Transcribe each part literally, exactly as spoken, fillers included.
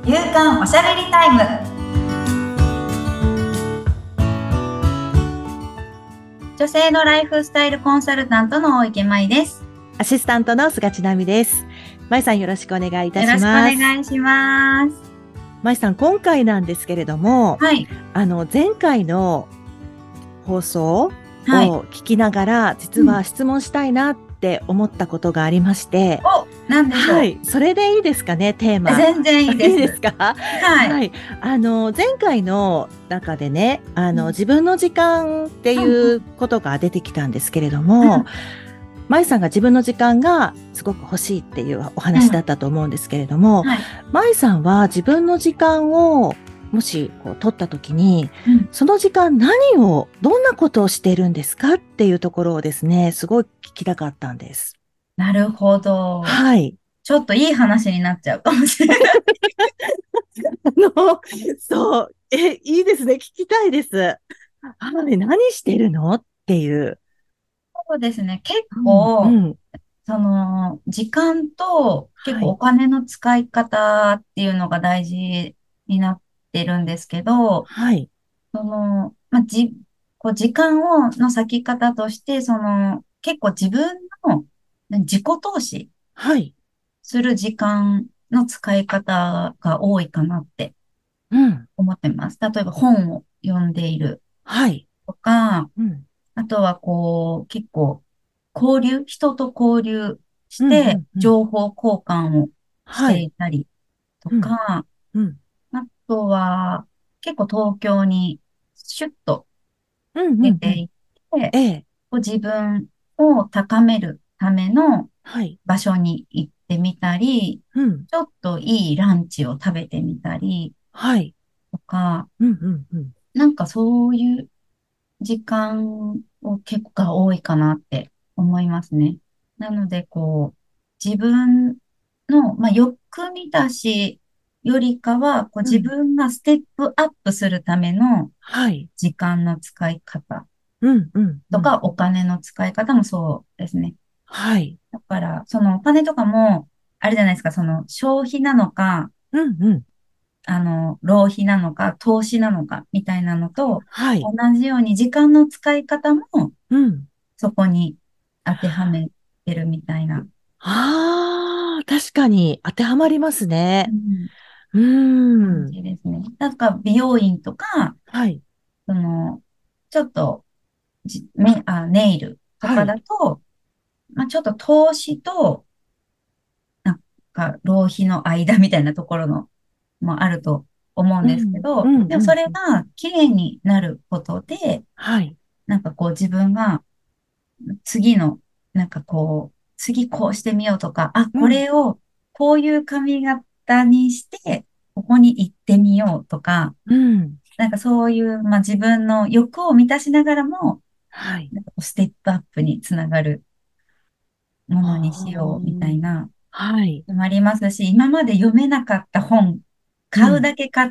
夕刊おしゃべりタイム。女性のライフスタイルコンサルタントの大池舞です。 アシスタントの菅千奈美です。舞さん、よろしくお願いいたよろしくおします。 願いします。 舞さん、今回なんですけれども、 はい。 あの、前回の放送をはい。 聞きながら、実うん。 は質問したいなって思ったことがありまして、 お、なんでしょはい。それでいいですかね、テーう。 マ。 全然いいでいいす。 ですか？ はい。 はい。あの、前回の中でね、あの、 うん。 自分の時間ってうん。 いうことが出てきたんですけれども、 うん。 舞さんが自分の時間がすごく欲しいっていうおうん。 話だったと思うんですけれども、 はい。 舞さんは自分の時間をもしこう取った時に、 うん。 その時間何を、どんなことをしているんですかっていうところをですね、すごい聞きたかったんです。 なるほど。 はい。 ちょっといい話になっちゃうかもしれない。 あの、そう、え、いいですね。聞きたいです。はい、何してるのっていう。 そうですね。結うん、う構、 ん。 その、時間と結はい。 構お金の使い方っていうのが大事になってるんですけど、 はい。 その、まあ、じ、こう時間を、の割き方として、その、結構自分の自己投資はい。 する時間の使い方が多いかなってうん。 思ってます。例えば本を読んでいるはい。 とか、 うん。 あとはこう、結構交流、人と交流しうん、うてん、うん。 情報交換をしてはい。 いたりとうん、 か、 うん。 あとは結構東京にシュッとうん、うん、うん。 出ていって、 ええ。 こう自分を高めるためのはい。 場所に行ってみたり、 うん。 ちょっといいランチを食べてみたりはい。 とか、 うん、うん、うん。 なんかそういう時間を結構が多いかなって思いますね。なので、こう、自分の、まあ、欲満たしよりかは、こう自うん。 分がステップアップするためのはい。 時間の使い方うん、うん、うん。 とか、お金の使い方もそうですね。 はい。 だから、そのお金とかも、あれじゃないですか、その消費なのか、 うん、うん。 あの、浪費なのか、投資なのか、みたいなのと、 はい。 同じように時間の使い方もうん。 そこに当てはめてるみたいな。 ああ、確かに当てはまりますね。 うん、 うー感ん。 じですね。なんか美容院とか、 はい。 その、ちょっとじ、ね、あ、ネイルとかはい。 だと、まあ、ちょっと投資と、なんか浪費の間みたいなところのもあると思うんですけうん、うど、 ん、 でもうん。 それが綺麗になることで、 はい。 なんかこう自分が次の、なんかこう、次こうしてみようとか、あ、こうん。 れをこういう髪型にして、ここに行ってみようとか、 うん。 なんかそういう、まあ自分の欲を満たしながらも、 はい。 なんかこうステップアップにつながるものにしあようみたいな、 あ、はい。 のもありますし、今まで読めなかった本、買ううん。 だけ買って、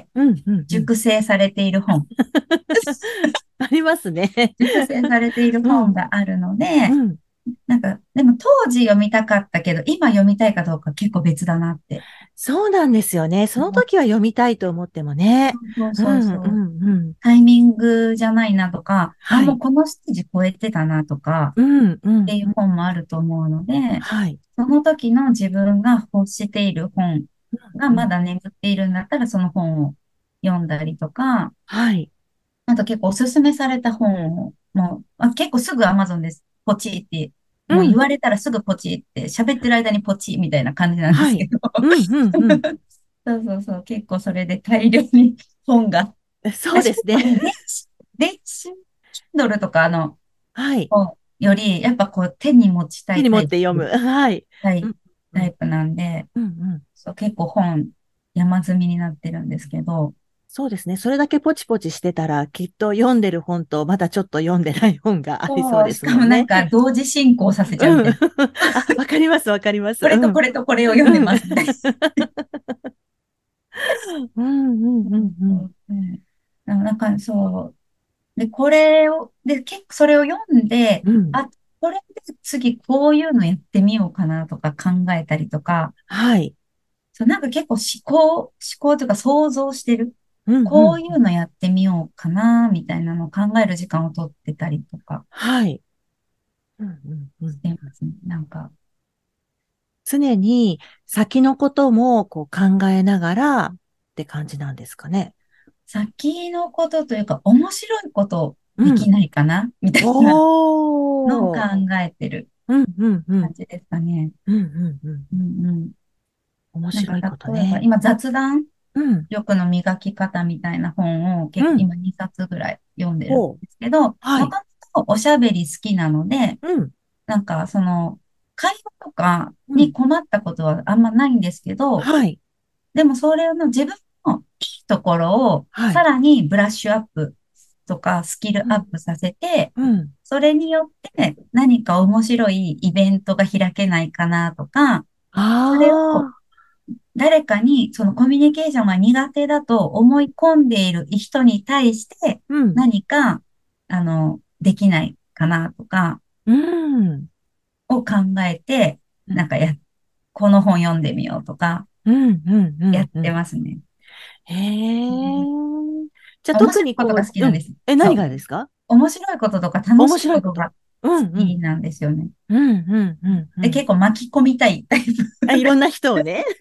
うん、うん、うん。 熟成されている本、 ありますね。 熟成されているうん。 本があるので、 うん。 なんか、でも当時読みたかったけど、今読みたいかどうか結構別だなってそうなんですよね。その思っ。 時は読みたいと思ってもね。 そううん、 そうそう。 うん、うん。 タイミングじゃないなとか、あ、 はい。 もうこのステージ超えてたなとか、 うん、うん、 っていううん。 本もあると思うので、 はい。 その時の自分が欲している本がうん、うん。 まだ眠っているんだったら、その本を読んだりとか、 はい。 あと結構おすすめされた本を、もう、あ、結構すぐ Amazon です。ポチって、もう言うん。 われたらすぐポチって、喋ってる間にポチみたいな感じなんではい。 すけど。 うん、うん、うん。 そうそうそう、結構それで大量に本が。あ、しかそうですね。 もね、電子、電子 Kindle とかあの、 はい。 本より、やっぱこう手に持ちた手に持いタイプ、 って読む。はい。 タイうん、うん、 タイプなんで、 うん、うん。 そう、結構本山積みになってるんですけど、 そうですね。それだけポチポチしてたら、きっと読んでる本と、まだちょっと読んでない本がありそうそう、 でしかもなんすもんね。 か同時進行させちゃうみうん。 たいな。 あ、わかります、わかります。 これとうん。 これとこれを読んでうん。 ますみたいうん、うん、 な。 うん、うん。 うん、なんかそう。で、これを、で、結構それを読んで、 うん。 あ、これで次こういうのやってみようかなとか考えたりとか、 はい。 そう、なんか結構思考、思考というか想像してる。 うん、うん。 こういうのやってみようかな、みたいなのを考える時間を取ってたりとかはい。うん、うん、うしん。 てますね。なんか、 常に先のこともこう考えながらって感じなんですかね。 先のことというか、面白いことできうん。 ないかな、みたいなのを考おー。 えてるうん、うん、うん。 感じですかね。 うん、うん、うん。 うんうん。なんか、 面白いこと例えば、 ね。 今雑談うん、 力の磨き方みたいな本を結構うん。 今にさつぐらい読んでるんほう。 ですけど、もともはい。 とおしゃべり好きなので、 うん、 なんかその会話とかうん。 に困ったことはあんまないんですけど、 はい。 でもそれの自分のいいところをはい。 さらにブラッシュアップとかスキルうん、 アップさせて、 うん。 それによって何か面白いイベントが開けないかなとか、それをああ。 誰かにそのコミュニケーションが苦手だと思い込んでいる人に対してうん、 何か、あの、できないかなとかうん。 を考えて、 うん、 なんかや、この本読んでみようとかうん、うん、うん。 やってうん。 ますね。 へえ。 うん、 じゃあ面白いこと特にこう、うん。 が好きなんです。 え、何そう。 がですか？ 面白いこととか楽し面いことが白いこと。う好ん、うん。 きなんですよね。 うん、うん、うん、うで、 ん。 結構巻き込みたいタイプあ、いろんな人をね。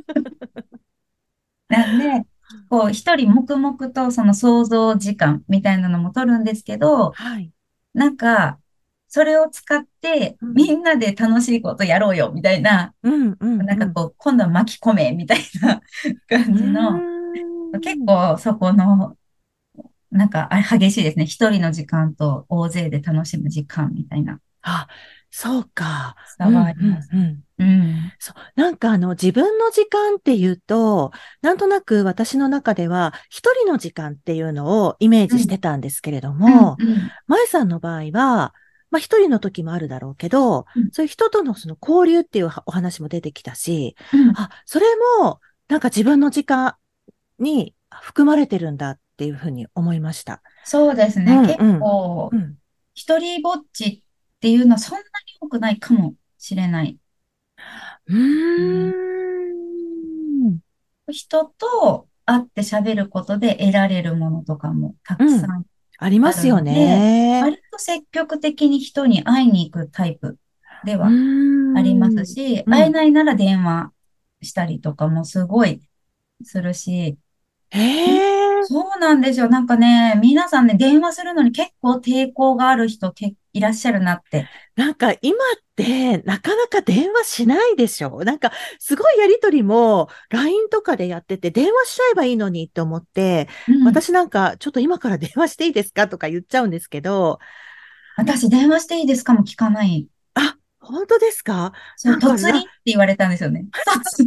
なんで、こう、一人黙々とその想像時間みたいなのも取るんですけど、 はい。 なんか、それを使ってうん、 みんなで楽しいことやろうよみたいな、 うん、うん、うん。 なんかこう、今度は巻き込めみたいなう感じの、結ーん。 構そこの、なんかあれ激しいですね。一人の時間と大勢で楽しむ時間みたいなあ、そうか。 差うん、うん、 はあります。 うん。 うん。 そう。なんかあの、自分の時間っていうと、なんとなく私の中では、一人の時間っていうのをイメーうん。 ジしてたんですけれどうん。 も、 うん。 舞さんの場合は、まあ一人の時もあるだろうけど、 うん。 そういう人とのその交流っていうお話も出てきたし、 うん、 あ、それも、なんか自分の時間に含まれてるんだっていうふうに思いました。 そうですね。 うん、 結うん、 構、 うん。 一人ぼっちっていうのはそんなに多くないかもしれないうね。 ーん。 人と会って喋ることで得られるものとかもたくうん。 さんありまあるすよので、 ね。 割と積極的に人に会いに行くタイプでうーはありますん。 し、 うん。 会えないなら電話したりとかもすごいするし、 へんえ。 そうなんですよ。なんかね、皆さんね、電話するのに結構抵抗がある人けいらっしゃるなって。 なんか今ってなかなか電話しないでしょ？なんかすごいやりとりも ライン とかでやってて電話しちゃえばいいのにって思って、 うん。 私なんかちょっと今から電話していいですかとか言っちゃうんですけど、 私、電話していいですかも聞かない。 あ、本当ですか？ そう、 なんかラ、 突輪って言われたんですよね。突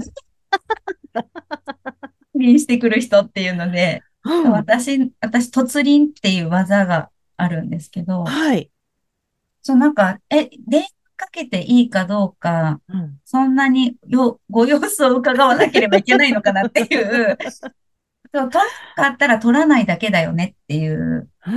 輪してくる人っていうので、 うん。 私、私、突輪っていう技があるんですけど、 はい。 そう、なんか、え、電話かけていいかどうか、 うん。 そんなによ、ご様子を伺わなければいけないのかなっていう、そう、取らなかったら取らないだけだよねっていううん。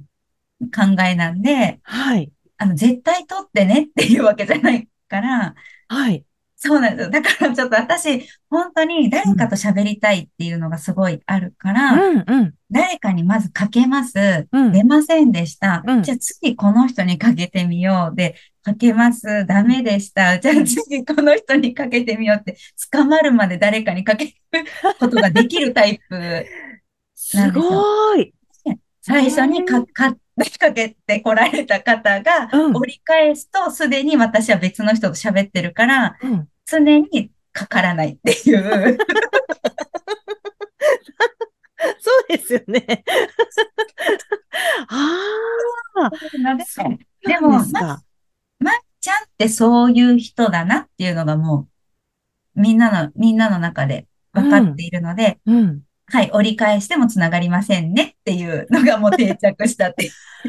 考えなんで、 はい。 あの、絶対取ってねっていうわけじゃないから、 はい。 そうなんですよ。だからちょっと私、本当に誰かうん。 と喋りたいっていうのがすごいあるから、 うん。うん。 誰かにまずかけます。 うん。 出ませんでした。 うん。 じゃあ次この人にかけてみよう。で、かけます。ダうん。 メでした。じゃあうん。 次この人にかけてみようって、捕まるまで誰かにかけることができるタイプなすんですよ。 ごい。 でえ最初にか、 え。 か、かけて来られた方がうん。 折り返すと、すでに私は別の人と喋ってるから、 うん。 常にかからないっていう。 そうですよね。ああ、 ので、 そうなんででも、ま、 すか。 まっちゃんってそういう人だなっていうのがもう、みんなの、みんなの中でう分かってん。 いるので、 うん。 はい、折り返してもつながりませんねっていうのがもう定着したっていう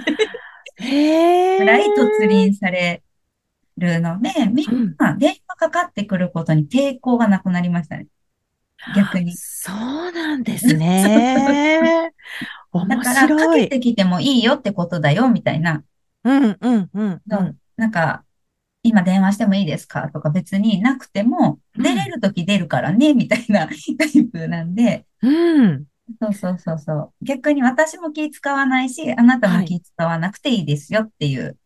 ぐへらい突え。 輪されるので、みんうん。 な電話かかってくることに抵抗がなくなりましたね。逆に。 そうなんですそうそうそう。 ね。面だから、か白い。 けてきてもいいよってことだよ、みたいな。 うん、うん、うん、うん。 そうなんか、 今電話してもいいですかとか別になくても、出れうん。 るとき出るからね、みたいなタイプなんで、 うん。 そうそうそうそう。逆に私も気使わないし、あなたもはい。 気使わなくていいですよっていう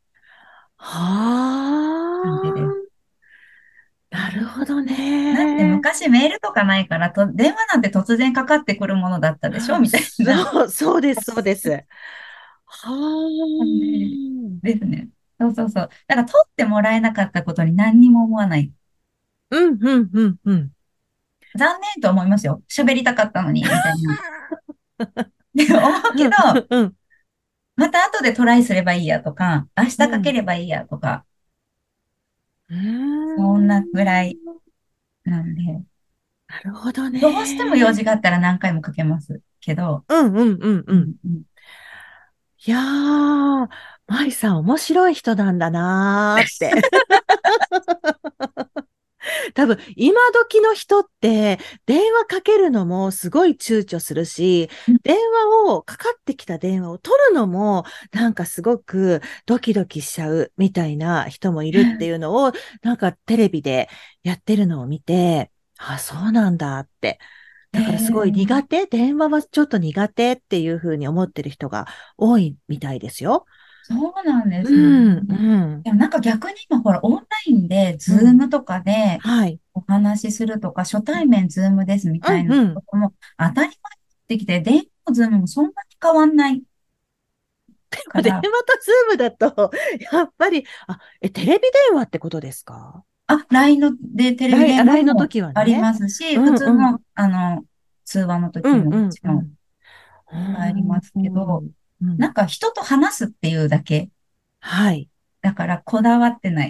感じです。 はあ。なるほどなんでね。 昔メールとかないからと、電話なんて突然かかってくるものだったでしょみたいなそう、そうです、そうです。は感じあ。 ですね。そうそうそう。だから取ってもらえなかったことに何にも思わない。 うん、うん、うん、うん。 残念と思いますよ。喋りたかったのに、みたいな。で、思うけど、 うん、うん、 また後でトライすればいいやとか、明日うん。 かければいいやとか、 うーそんなぐらいん。 なんで、 なるほどどうしても用ね。 事があったら何回もかけますけど、 うん、うん、うん、うん。 うんうん、 いやー、マイさん面白い人なんだなーって。多分、今時の人って、電話かけるのもすごい躊躇するし、電話を、かかってきた電話を取るのも、なんかすごくドキドキしちゃうみたいな人もいるっていうのを、なんかテレビでやってるのを見て、あ、そうなんだって。 えだからすごいー、 苦手、電話はちょっと苦手っていうふうに思ってる人が多いみたいですよ。 そうなんでうすね。 ん、うん、 でもなんか逆に今ほらオンラインでズーうん。 ムとかではい。 お話しするとか初対面ズームですみうん、 たいなうん。 ことも当たり前になってきて、電話もズームもそんなに変わんないか電話ら、 とズームだと、やっぱり、あ、え、テレビ電話ってことですか？ あ、ライン のでテレビライン、あ、 電話ライン のも時はありね。 ますし、 うんうん。 普通のあの通話のうん時ももうんうん。 ちろんうありますーけど、 ん。うん。 なんか人と話すっていうだけはい。 だからこだわってない。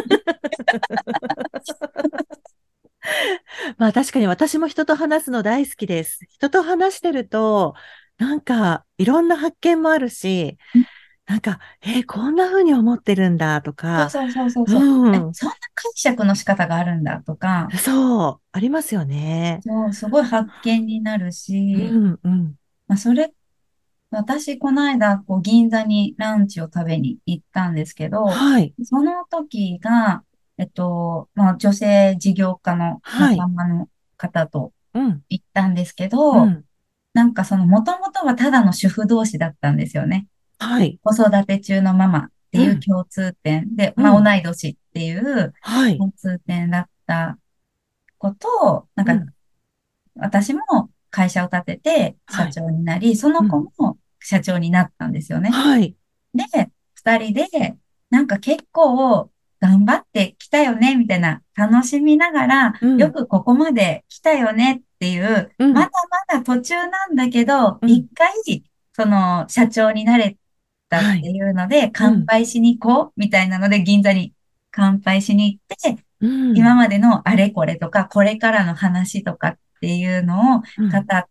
まあ確かに私も人と話すの大好きです。人と話してると、なんかいろんな発見もあるし、なんか、えーこんな風に思ってるんだとか、 そうそうそうそうそう。え、 うん。 そんな解釈の仕方があるんだとか、 そう、ありますよね。 そう、すごい発見になるし、 うんうん。 まあ、それ、私、この間、こう、銀座にランチを食べに行ったんですけど、 はい。 その時が、えっと、まあ、女性事業家のはい。 仲間の方とうん。 行ったんですけど、 うん。 なんかその、もともとはただの主婦同士だったんですよね。 はい。 子育て中のママっていううん。 共通点で、まあ、 うん。 同い年っていうはい。 共通点だったことを、なんかうん。 私も会社を立てて社はい。 長になり、その子うん。 も社長になったんですよね。 はい。 で、二人で、なんか結構頑張ってきたよね、みたいな、楽しみながら、 うん。 よくここまで来たよねっていう、 うん。 まだまだ途中なんだけど、 うん。 一回、その社長になれたっはい。 ていうので、 うん。 乾杯しに行こう、みたいなので、銀座に乾杯しに行って、 うん。 今までのあれこれとか、これからの話とかっていうのをうん。 語って、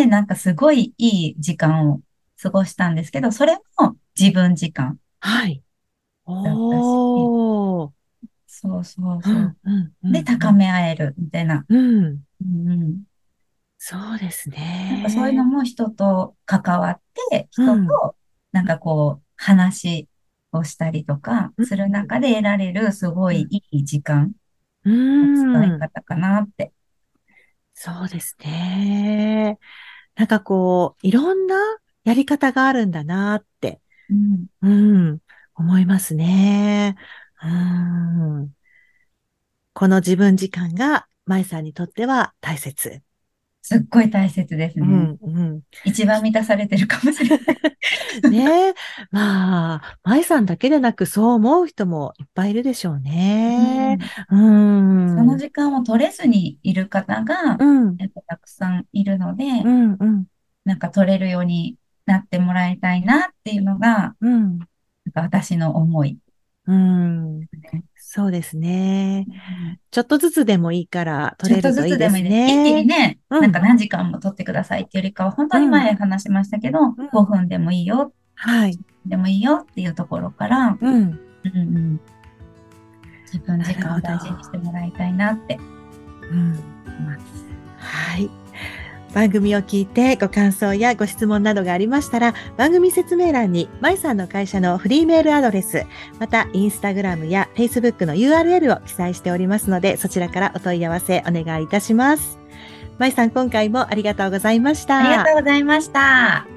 なんかすごいいい時間を過ごしたんですけど、それも自分時間はい。 だったし、 おー。 そうそうそう。 うん。うん。うで、 ん。うん。 高め合えるみたいな。 うん。 うんうん。 そうですなんかそういうのね。 も人と関わって、 うん。 人となんかこう話をしたりとかうん。 する中で得られるすごうん。 いいい時間うの使いん。 方かなって。 そうですね。なんかこう、いろんなやり方があるんだなって、 うん。 うん、思いますね。うん。この自分時間が、舞さんにとっては大切。 すっごい大切ですね。 うん、うん。 一番満たされてるかもしれない。 ねえ。まあ、舞さんだけでなくそう思う人もいっぱいいるでしょうね。 うん。 うん。うん、 その時間を取れずにいる方が、 うん、 やっぱたくさんいるので、 うん、うん、 なんか取れるようになってもらいたいなっていうのが、 うん。 なんか私の思いうん。 ね。 そうですね。 うん、 ちょっとずつでもいいから取れるちょっとずといいですつでもいいです。一気にね。 ね、 うん、 なんか何時間も取ってくださいっていうよりかは、本当にうん、 前話しましたけど、 うん。 ごふんでもいいよ、 はい。 でもいいよっていうところから、 うん。 うんうん、自分時間をなるほど。 大事にしてもらいたいなってうん。 思います。 はい。 番組を聞いてご感想やご質問などがありましたら、番組説明欄にまいさんの会社のフリーメールアドレス、またインスタグラムやフェイスブックの ユーアールエル を記載しておりますので、そちらからお問い合わせお願いいたします。まいさん、今回もありがとうございました。 ありがとうございました。